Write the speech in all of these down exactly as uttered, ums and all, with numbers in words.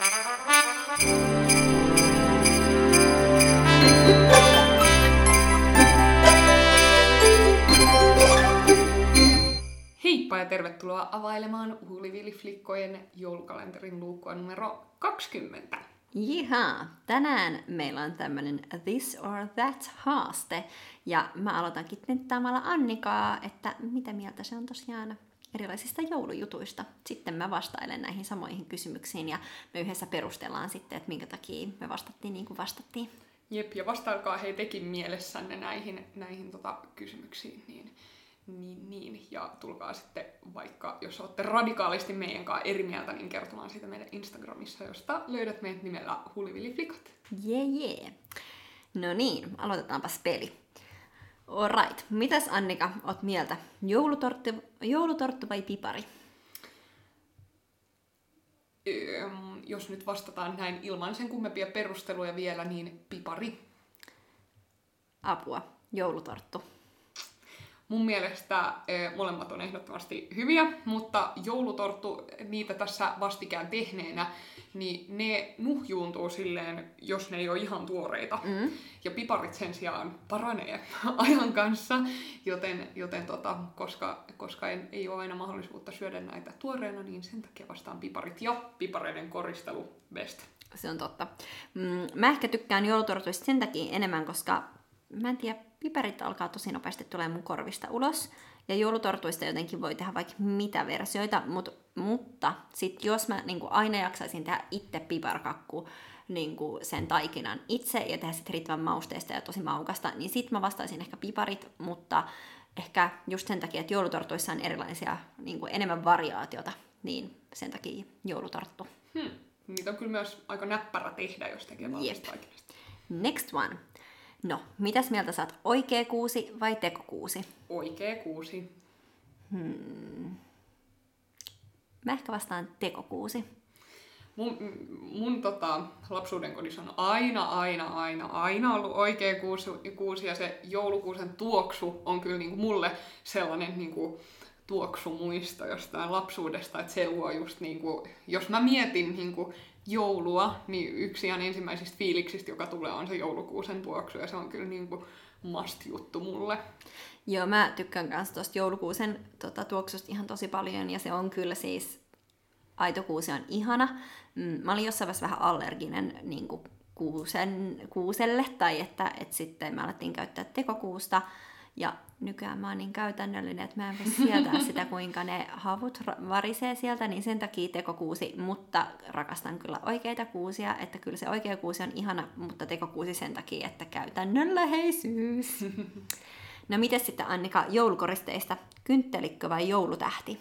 Heippa ja tervetuloa availemaan Huulivili-flikkojen joulukalenterin luukkua numero kaksikymmentä. Jihaa! Tänään meillä on tämmönen This or That haaste. Ja mä aloitankin tenttaamalla Annikaa, että mitä mieltä se on tosiaan erilaisista joulujutuista. Sitten mä vastailen näihin samoihin kysymyksiin ja me yhdessä perustellaan sitten, että minkä takia me vastattiin niin kuin vastattiin. Jep, ja vastailkaa hei tekin mielessänne näihin, näihin tota, kysymyksiin. Niin, niin, niin. Ja tulkaa sitten vaikka, jos olette radikaalisti meidän kanssa eri mieltä, niin kertomaan siitä meidän Instagramissa, josta löydät meidät nimellä Huulivili-flikat. Jee, jee. No niin, aloitetaanpas peli. Alright, mitäs Annika, oot mieltä? Joulutorttu, joulutorttu vai pipari? Öö, jos nyt vastataan näin ilman sen kummempia perusteluja vielä, niin pipari. Apua, joulutorttu. Mun mielestä e, molemmat on ehdottomasti hyviä, mutta joulutorttu, niitä tässä vastikään tehneenä, niin ne nuhjuuntuu silleen, jos ne ei ole ihan tuoreita. Mm. Ja piparit sen sijaan paranee ajan kanssa, joten, joten tota, koska, koska en, ei ole aina mahdollisuutta syödä näitä tuoreena, niin sen takia vastaan piparit ja pipareiden koristelu best. Se on totta. Mä ehkä tykkään joulutortuista sen takia enemmän, koska mä en tiedä, piparit alkaa tosi nopeasti tulee mun korvista ulos. Ja joulutortuista jotenkin voi tehdä vaikka mitä versioita, mut, mutta sit jos mä niin aina jaksaisin tehdä itse piparkakku niin sen taikinan itse ja tehdä sit riittävän mausteista ja tosi maukasta, niin sit mä vastaisin ehkä piparit, mutta ehkä just sen takia, että joulutortuissa on erilaisia niin enemmän variaatiota, niin sen takia joulutorttu. Hmm. Niitä on kyllä myös aika näppärä tehdä, jos tekee valmista taikinasta. Next one. No, mitäs mieltä sä oot? Oikea kuusi vai tekokuusi? Oikea kuusi. Hmm. Mä ehkä vastaan tekokuusi. Mun, mun tota, lapsuuden kodissa on aina, aina, aina, aina ollut oikea kuusi, kuusi ja se joulukuusen tuoksu on kyllä niinku mulle sellainen niinku tuoksumuisto jostain lapsuudesta, että se luo just niinku, jos mä mietin niinku joulua, niin yksi ihan ensimmäisistä fiiliksistä, joka tulee, on se joulukuusen tuoksu, ja se on kyllä niinku must-juttu mulle. Joo, mä tykkään kanssa tosta joulukuusen tota, tuoksusta ihan tosi paljon, ja se on kyllä siis, aitokuusi on ihana. Mä olin jossain vaiheessa vähän allerginen niin kuin kuusen, kuuselle, tai että et sitten me alettiin käyttää tekokuusta, ja nykyään mä oon niin käytännöllinen, että mä en voi sietää sitä, kuinka ne havut varisee sieltä, niin sen takia tekokuusi, mutta rakastan kyllä oikeita kuusia, että kyllä se oikea kuusi on ihana, mutta tekokuusi sen takia, että käytännönläheisyys. No miten sitten Annika joulukoristeista, kynttelikkö vai joulutähti?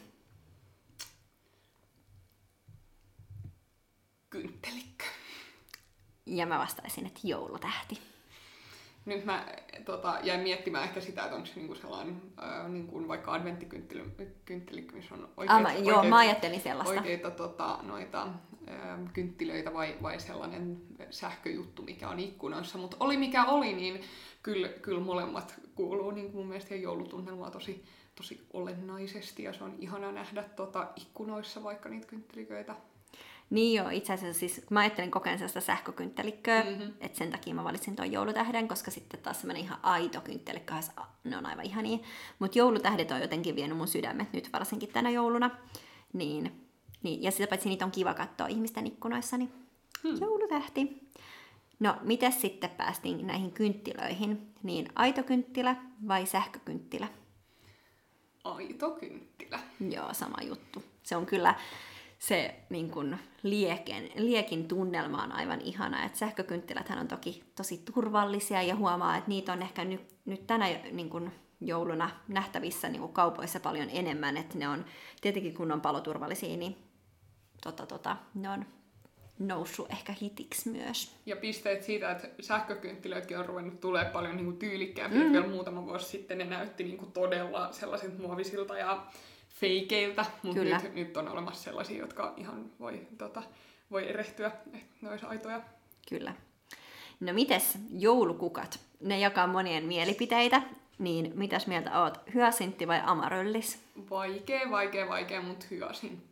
Kynttelikkö. Ja mä vastaisin, että joulutähti. Nyt mä tota, jäin miettimään ehkä sitä, että onko se niinku sellainen äh, niinku vaikka adventtikynttilikkä, missä on oikeita, Ama, joo, oikeita, mä ajattelin sellaista. oikeita tota, noita, äh, kynttilöitä vai, vai sellainen sähköjuttu, mikä on ikkunoissa. Mutta oli mikä oli, niin kyllä, kyllä molemmat kuuluu niin mun mielestä joulutunnelmaa tosi, tosi olennaisesti. Ja se on ihana nähdä tota, ikkunoissa vaikka niitä kyntteliköitä. Niin joo, itse asiassa siis mä ajattelin kokeen sellaista sähkökynttelikköä, mm-hmm. että sen takia mä valitsin tuon joulutähden, koska sitten taas semmoinen ihan aito kynttelikkö, ne on aivan ihania. Mutta joulutähdet on jotenkin vienyt mun sydämet nyt varsinkin tänä jouluna. Niin, niin, ja sitä paitsi niitä on kiva katsoa ihmisten ikkunoissa, niin hmm. joulutähti. No, mites sitten päästiin näihin kynttilöihin? Niin aito kynttilä vai sähkökynttilä? Aito kynttilä. Joo, sama juttu. Se on kyllä... Se niin kun, lieken, liekin tunnelma on aivan ihana. Et sähkökynttiläthän on toki tosi turvallisia ja huomaa, että niitä on ehkä nyt, nyt tänä niin kun, jouluna nähtävissä niin kun, kaupoissa paljon enemmän. Et ne on, tietenkin kun on paloturvallisia, niin tota, tota, ne on noussut ehkä hitiksi myös. Ja pisteet siitä, että sähkökynttilöitäkin on ruvennut tulee paljon niin kuin tyylikkäämpiä. Mm. Vielä muutama vuosi sitten ne näytti niin kuin todella sellaisilta muovisilta ja feikeiltä, mutta nyt, nyt on olemassa sellaisia, jotka ihan voi, tota, voi erehtyä, että ne olisi aitoja. Kyllä. No mites joulukukat? Ne jakaa monien mielipiteitä, niin mitäs mieltä oot? Hyasintti vai amaryllis? Vaikea, vaikea, vaikea, mutta hyasintti.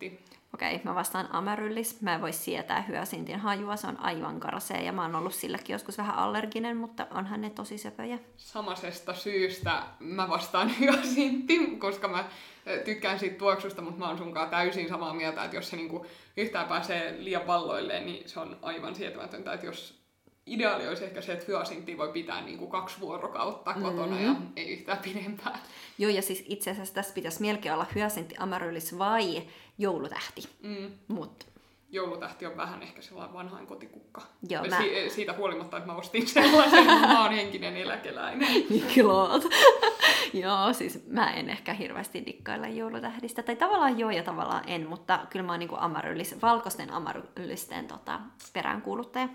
Okei, mä vastaan amaryllis. Mä en voi sietää hyasintin hajua, se on aivan karsea ja mä oon ollut silläkin joskus vähän allerginen, mutta onhan ne tosi söpöjä. Samaisesta syystä mä vastaan hyasintti, koska mä tykkään siitä tuoksusta, mutta mä oon sunkaan täysin samaa mieltä, että jos se niinku yhtään pääsee liian valloilleen, niin se on aivan sietämätöntä, että jos ideaali olisi ehkä se, että hyasinttia voi pitää niinku kaksi vuorokautta kotona mm-hmm. ja ei yhtään pidempään. Joo, ja siis itse asiassa tässä pitäisi melkein olla hyasintti, amaryllis vai joulutähti. Mm. Mut. Joulutähti on vähän ehkä sellainen vanhain kotikukka. Joo, si- mä... Siitä huolimatta, että mä ostin sellaisen, että mä oon henkinen eläkeläinen. Klart. Joo, siis mä en ehkä hirveästi dikkailla joulutähdistä. Tai tavallaan joo ja tavallaan en, mutta kyllä mä oon niinku amaryllis, valkoisten amaryllisten tota, peräänkuuluttaja.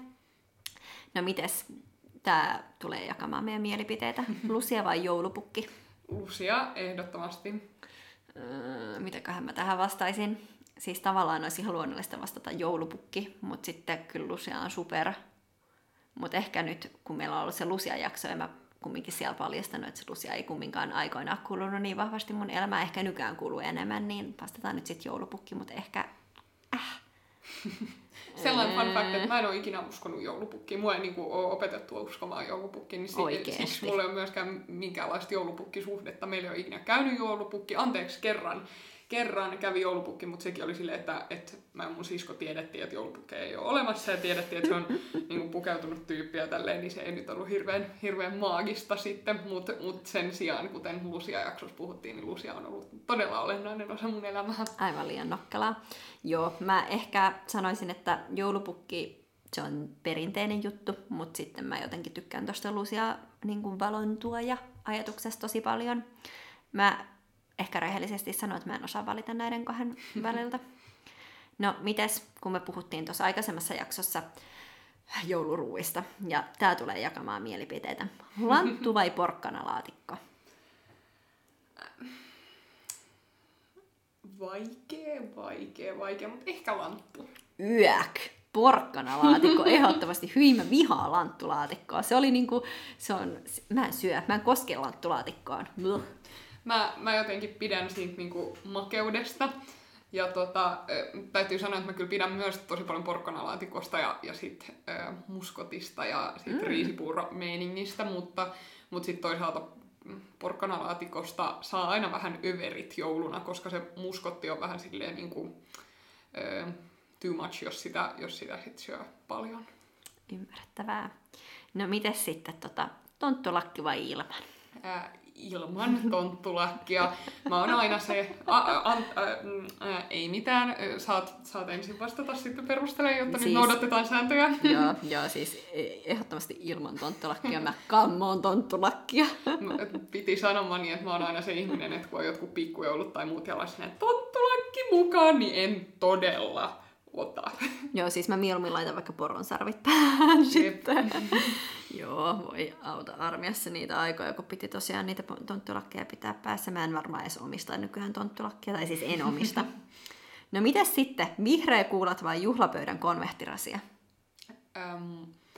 No mites tää tulee jakamaan meidän mielipiteitä? Lucia vai joulupukki? Lucia, ehdottomasti. Öö, mitäköhän mä tähän vastaisin? Siis tavallaan olisi ihan luonnollista vastata joulupukki, mutta sitten kyllä Lucia on super. Mutta ehkä nyt, kun meillä on ollut se Lucia-jakso, ja mä kumminkin siellä paljastanut, että se Lucia ei kumminkaan aikoinaan kuulunut niin vahvasti mun elämään, ehkä nykyään kuuluu enemmän, niin vastataan nyt sitten joulupukki, mutta ehkä... Äh. Sellainen fun fact, että mä en ole ikinä uskonut joulupukkiin. Mua ei niin kuin, ole opetettu uskomaan joulupukkiin, niin siksi mulla ei ole myöskään minkäänlaista joulupukkisuhdetta. Meillä ei ole ikinä käynyt joulupukki. Anteeksi, kerran, kerran kävi joulupukki, mutta sekin oli silleen, että, että mä ja mun sisko tiedettiin, että joulupukkeja ei ole olemassa ja tiedettiin, että se on niin kuin, pukeutunut tyyppi ja tälleen, niin se ei nyt ollut hirveän, hirveän maagista sitten. Mutta mut sen sijaan, kuten Lucia-jaksossa puhuttiin, niin Lucia on ollut todella olennainen osa mun elämää. Aivan liian nokkelaa. Joo, mä ehkä sanoisin, että joulupukki, se on perinteinen juttu, mutta sitten mä jotenkin tykkään tosta Lucia niin kuin valontuoja ajatuksesta tosi paljon. Mä ehkä rehellisesti sanon, että mä en osaa valita näiden kahden väliltä. No, mites, kun me puhuttiin tuossa aikaisemmassa jaksossa jouluruuista, ja tää tulee jakamaan mielipiteitä. Lanttu vai porkkanalaatikko? Vaikea, vaikea, vaikea, mutta ehkä lanttu. Yäk! Porkkanalaatikko, ehdottomasti. Hyi, mä vihaan lanttulaatikkoa. Se oli niinku, se on, mä en syö, mä en koske lanttulaatikkoon. Bluh. Mä, mä jotenkin pidän siitä niinku makeudesta. Ja tota, täytyy sanoa, että mä kyllä pidän myös tosi paljon porkkanalaatikosta ja, ja sit äh, muskotista ja sit mm. riisipuuromeiningistä, mutta, mutta sitten toisaalta porkkanalaatikosta saa aina vähän överit jouluna, koska se muskotti on vähän silleen niinku, äh, too much, jos sitä, jos sitä sit syö paljon. Ymmärrettävää. No mites sitten tota, tonttulakki vai ilman? Äh, ilman tonttulakkia. Mä oon aina se, a, a, a, a, a, ei mitään, saat, saat ensin vastata sitten perustelemaan, jotta siis, nyt noudatetaan sääntöjä. Joo, joo, siis ehdottomasti ilman tonttulakkia, mä kammoon tonttulakkia. Piti sanomani, että mä oon aina se ihminen, että kun on jotkut pikkujoulut tai muut ja lasin, että tonttulakki mukaan, niin en todella ota. Joo, siis mä mieluummin laitan vaikka poronsarvit päähän sitten. Joo, voi auta armiassa niitä aikoja, kun piti tosiaan niitä tonttulakkeja pitää päässä. Mä en varmaan edes omista nykyään tonttulakkeja, tai siis en omista. No mitäs sitten, vihreä kuulat vai juhlapöydän konvehtirasia? Ähm,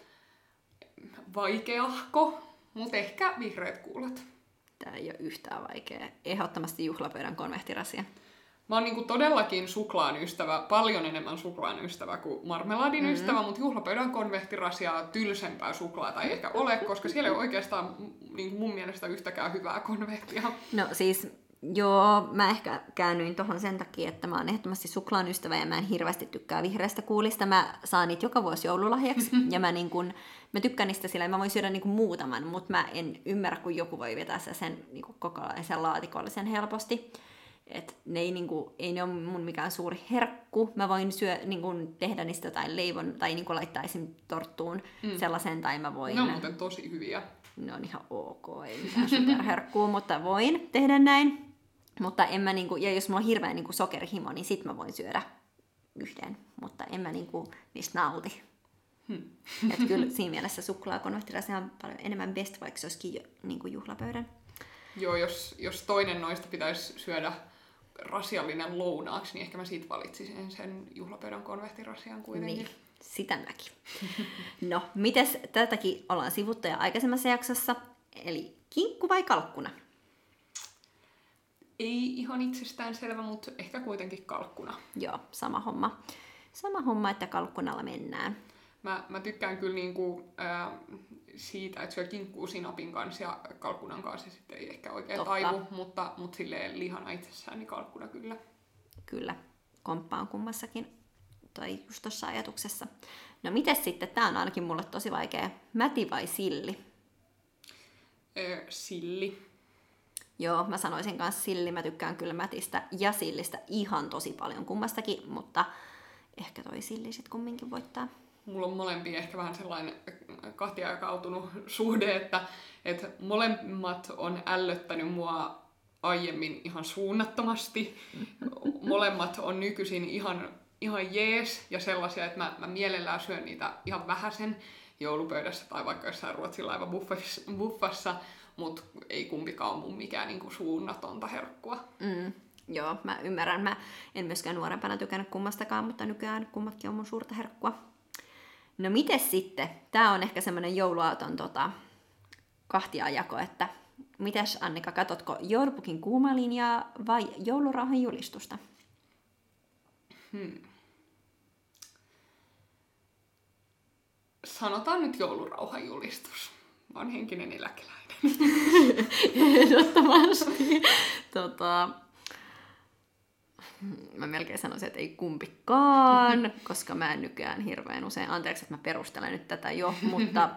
vaikeahko, mutta ehkä vihreät kuulat. Tää ei ole yhtään vaikea. Ehdottomasti juhlapöydän konvehtirasia. Mä oon niinku todellakin suklaan ystävä, paljon enemmän suklaan ystävä kuin marmeladin mm-hmm. ystävä, mutta juhlapöydän konvehtirasia tylsempää suklaata ei ehkä ole, koska siellä ei ole oikeastaan niin mun mielestä yhtäkään hyvää konvehtia. No siis, joo, mä ehkä käännyin tohon sen takia, että mä oon ehdottomasti suklaan ystävä ja mä en hirveästi tykkää vihreästä kuulista. Mä saan niitä joka vuosi joululahjaksi ja mä, niin kun, mä tykkään niistä sillä, mä voin syödä niin kun muutaman, mutta mä en ymmärrä, kun joku voi vetää sen niin kokonaisen laatikollisen helposti. Et ne ei, niinku, ei ne ole mun mikään suuri herkku. Mä voin syö, niinku, tehdä niistä jotain leivon tai niinku, laittaa esim. Torttuun mm. sellaisen, tai mä voin... Ne on muuten tosi hyviä. Ne on ihan ok, ei mitään superherkkuu, mutta voin tehdä näin. Mutta en mä, niinku, ja jos mulla on hirveä niinku, sokerihimo, niin sit mä voin syödä yhden, mutta en mä niinku, niistä nauti. Hmm. Et kyllä siinä mielessä suklaakonvehtirasia on paljon enemmän best, vaikka se olisikin jo, niinku, juhlapöydän. Joo, jos, jos toinen noista pitäisi syödä rasiallinen lounaaksi, niin ehkä mä siitä valitsisin sen juhlapöydän konvehtirasian kuitenkin. Niin, sitä mäkin. No, mites tätäkin ollaan sivuttu jo aikaisemmassa jaksossa, eli kinkku vai kalkkuna? ei ihan itsestäänselvä, mutta ehkä kuitenkin kalkkuna. Joo, sama homma. Sama homma, että kalkkunalla mennään. Mä, mä tykkään kyllä niinku, ää, siitä, että syö kinkkuu sinapin kanssa ja kalkkunan kanssa sitten ei ehkä oikein Totta. taivu, mutta, mutta silleen lihana itsessään, niin kalkkuna kyllä. Kyllä, komppaan kummassakin, tai just tuossa ajatuksessa. No mites sitten, tää on ainakin mulle tosi vaikea, mäti vai silli? Öö, silli. Joo, mä sanoisin kanssa silli, mä tykkään kyllä mätistä ja sillistä ihan tosi paljon kummastakin, mutta ehkä toi silli sit kumminkin voittaa. Mulla on molempia ehkä vähän sellainen kahtiajakautunut suhde, että, että molemmat on ällöttänyt mua aiemmin ihan suunnattomasti. Molemmat on nykyisin ihan, ihan jees ja sellaisia, että mä, mä mielellään syön niitä ihan vähäsen joulupöydässä tai vaikka jossain ruotsilaiva buffassa, mutta ei kumpikaan ole mun mikään niinku suunnatonta herkkua. Mm, joo, mä ymmärrän. Mä en myöskään nuorempana tykännyt kummastakaan, mutta nykyään kummatkin on mun suurta herkkua. No mites sitten? Tää on ehkä semmonen jouluaaton tota, kahtiajako, että mitäs Annika, katsotko joulupukin kuumalinjaa vai joulurauhan julistusta? Hmm. Sanotaan nyt joulurauhan julistus. Mä oon henkinen eläkeläinen. Ehdottomasti. tota, mä melkein sanoisin, että ei kumpikaan, koska mä en nykyään hirveän usein, anteeksi, että mä perustelen nyt tätä jo, mutta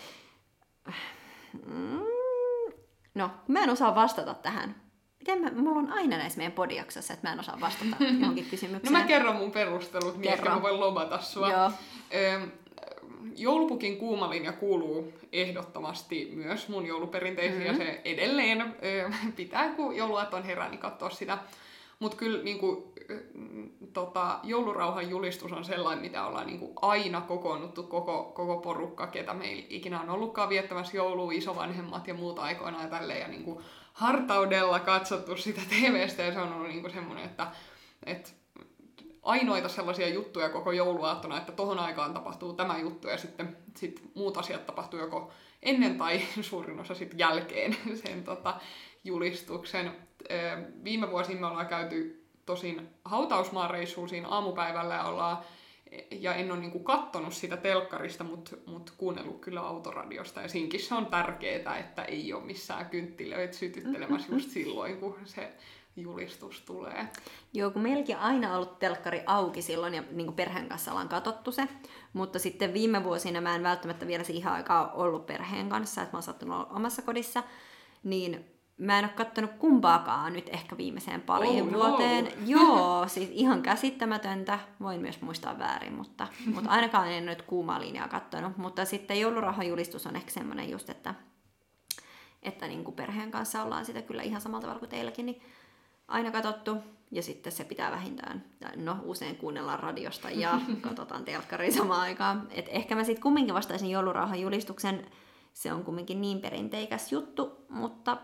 mm, no, mä en osaa vastata tähän. Miten mä, mulla on aina näissä meidän podijaksossa, että mä en osaa vastata johonkin kysymykseen. No mä kerron mun perustelut, niin ehkä mä voin lobata sua. Joo. Ö, joulupukin kuumalinja kuuluu ehdottomasti myös mun jouluperinteisiin, mm-hmm. ja se edelleen ö, pitää, kun jouluaaton herää, niin katsoa sitä. Mutta kyllä niinku, tota, joulurauhan julistus on sellainen, mitä ollaan niinku aina kokoonnuttu koko, koko porukka, ketä meillä ikinä on ollutkaan viettämässä joulua, isovanhemmat ja muut aikoinaan ja tälleen. Ja niinku hartaudella katsottu sitä T V:stä ja se on ollut niinku semmoinen, että et ainoita sellaisia juttuja koko jouluaattona, että tohon aikaan tapahtuu tämä juttu ja sitten sit muut asiat tapahtuu joko ennen tai suurin osa sitten jälkeen sen tota, julistuksen. Viime vuosina me ollaan käyty tosin hautausmaareissuun siinä aamupäivällä ja, ollaan, ja en ole niinku kattonut sitä telkkarista, mutta mut kuunnellut kyllä autoradiosta. Ja siinkin se on tärkeää, että ei ole missään kynttilöitä sytyttelemässä just silloin, kun se julistus tulee. Joo, kun meilläkin on aina ollut telkkari auki silloin ja niin kuin perheen kanssa ollaan katsottu se, mutta sitten viime vuosina mä en välttämättä vielä siihen aikaan ollut perheen kanssa, että mä oon sattunut olla omassa kodissa, niin mä en ole kattonut kumpaakaan nyt ehkä viimeiseen pariin oh, vuoteen. No. Joo, siis ihan käsittämätöntä. Voin myös muistaa väärin, mutta, mutta ainakaan en nyt kuumaa linjaa kattonut. Mutta sitten joulurauhan julistus on ehkä semmoinen just, että, että niin kuin perheen kanssa ollaan sitä kyllä ihan samalla tavalla kuin teilläkin, niin aina katsottu. Ja sitten se pitää vähintään, no usein kuunnellaan radiosta ja katsotaan telkkaria samaan aikaan. Et ehkä mä sitten kumminkin vastaisin joulurauhan julistuksen. Se on kumminkin niin perinteikäs juttu, mutta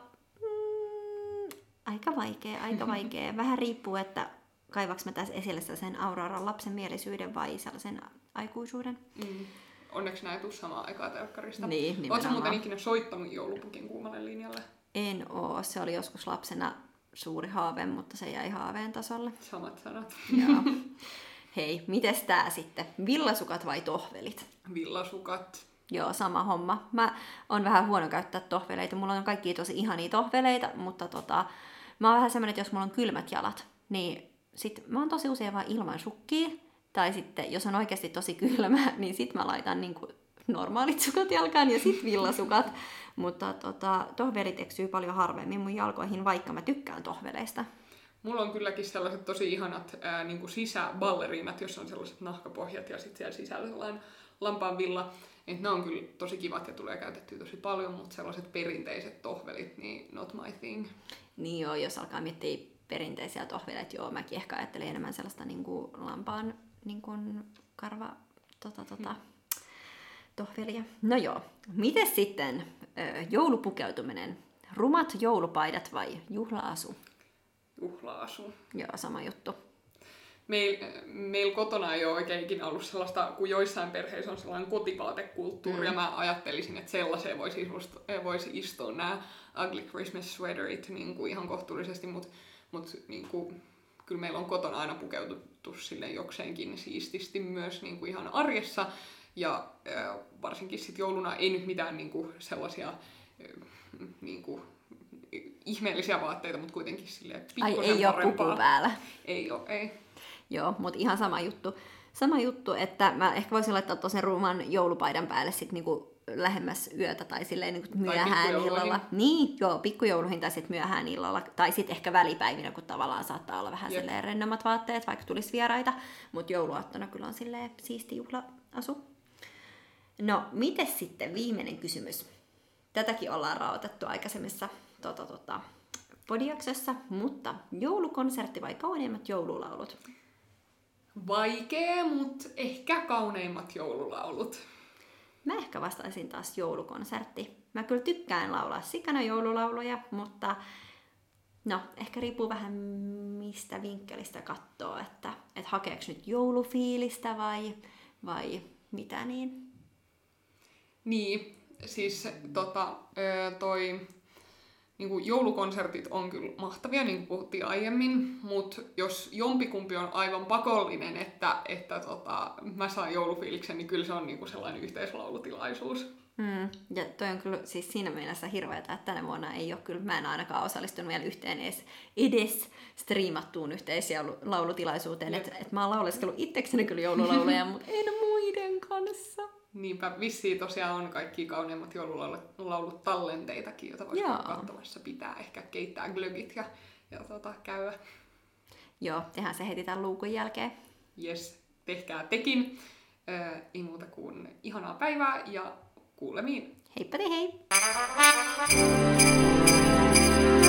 aika vaikea, aika vaikea. Vähän riippuu, että kaivaks mä tässä esille sellaisen Auroran lapsenmielisyyden vai sellaisen aikuisuuden. Mm. Onneksi näin tuu samaan aikaan telkkarista. Niin, nimenomaan. Ootko muuten ikinä soittanut joulupukin kuumalle linjalle? En oo. Se oli joskus lapsena suuri haave, mutta se jäi haaveen tasolle. Samat sanat. Joo. Hei, mites tää sitten? Villasukat vai tohvelit? Villasukat. Joo, sama homma. Mä oon vähän huono käyttää tohveleita. Mulla on kaikki tosi ihania tohveleita, mutta tota, mä oon vähän semmonen, että jos mulla on kylmät jalat, niin sit mä oon tosi usein vaan ilman sukkia. Tai sitten, jos on oikeasti tosi kylmä, niin sit mä laitan niinku normaalit sukat jalkaan ja sit villasukat. Mutta tota, tohvelit eksyy paljon harvemmin mun jalkoihin, vaikka mä tykkään tohveleista. Mulla on kylläkin sellaiset tosi ihanat ää, niinku sisäballeriinat, jossa on sellaiset nahkapohjat ja sitten siellä sisällä sellainen lampaanvilla. Et ne on kyllä tosi kivat ja tulee käytettyä tosi paljon, mutta sellaiset perinteiset tohvelit, niin not my thing. Niin joo, jos alkaa miettiä perinteisiä tohveleita, joo, mäkin ehkä ajattelin enemmän sellaista niin kuin lampaan niin kuin karva tota, tota, hmm. tohvelia. No joo, mites sitten joulupukeutuminen? Rumat joulupaidat vai juhla-asu? Juhla-asu. Joo, sama juttu. Meillä meil kotona ei ole oikein ikinä ollut sellaista, kun joissain perheissä on sellainen kotivaatekulttuuri, mm. ja mä ajattelisin, että sellaiseen voisi, voisi istua nämä ugly Christmas sweaterit niin kuin ihan kohtuullisesti, mutta Mutta niinku, kyllä meillä on kotona aina pukeututtu silleen jokseenkin siististi myös niinku ihan arjessa. Ja äh, varsinkin sit jouluna ei nyt mitään niinku sellaisia äh, niinku, ihmeellisiä vaatteita, mutta kuitenkin silleen pikkusen Ai ei ole puku päällä. Ei ole, ei. Joo, mutta ihan sama juttu. Sama juttu, että mä ehkä voisin laittaa tosen ruuman joulupaidan päälle sit niinku lähemmäs yötä tai silleen niinku myöhään illalla. Niin, joo, pikkujouluihin tai sitten myöhään illalla. Tai sitten ehkä välipäivinä, kun tavallaan saattaa olla vähän Jep. silleen rennommat vaatteet, vaikka tulisi vieraita. Mutta jouluaattona kyllä on silleen siisti juhla-asu. No, mites sitten viimeinen kysymys? Tätäkin ollaan raotettu aikaisemmissa tota, tota, podiaksessa, mutta joulukonsertti vai kauneimmat joululaulut? Vaikee, mutta ehkä kauneimmat joululaulut. Mä ehkä vastaisin taas joulukonsertti. Mä kyllä tykkään laulaa sikana joululauluja, mutta no, ehkä riippuu vähän mistä vinkkelistä katsoo, että et hakeeko nyt joulufiilistä vai, vai mitä niin. Niin, siis tota, toi niinku joulukonsertit on kyllä mahtavia, niin kuin puhuttiin aiemmin, mutta jos jompikumpi on aivan pakollinen, että, että tota, mä saan joulufiiliksen, niin kyllä se on niinku sellainen yhteislaulutilaisuus. Mm, ja toi on kyllä siis siinä mielessä hirveätä, että tänä vuonna ei ole kyllä, mä en ainakaan osallistunut vielä yhteen edes, edes striimattuun yhteislaulutilaisuuteen, että et mä oon lauleskellut itsekseni kyllä joululauluja, mutta en muiden kanssa. Niinpä, vissiin tosiaan on kaikki kauneimmat joululaulut tallenteitakin, joita voisi katsomassa pitää, ehkä keittää glögit ja, ja tota, käydä. Joo, tehdään se heti tämän luukun jälkeen. Jes, tehkää tekin. Äh, ei muuta kuin ihanaa päivää ja kuulemiin. Heippa hei!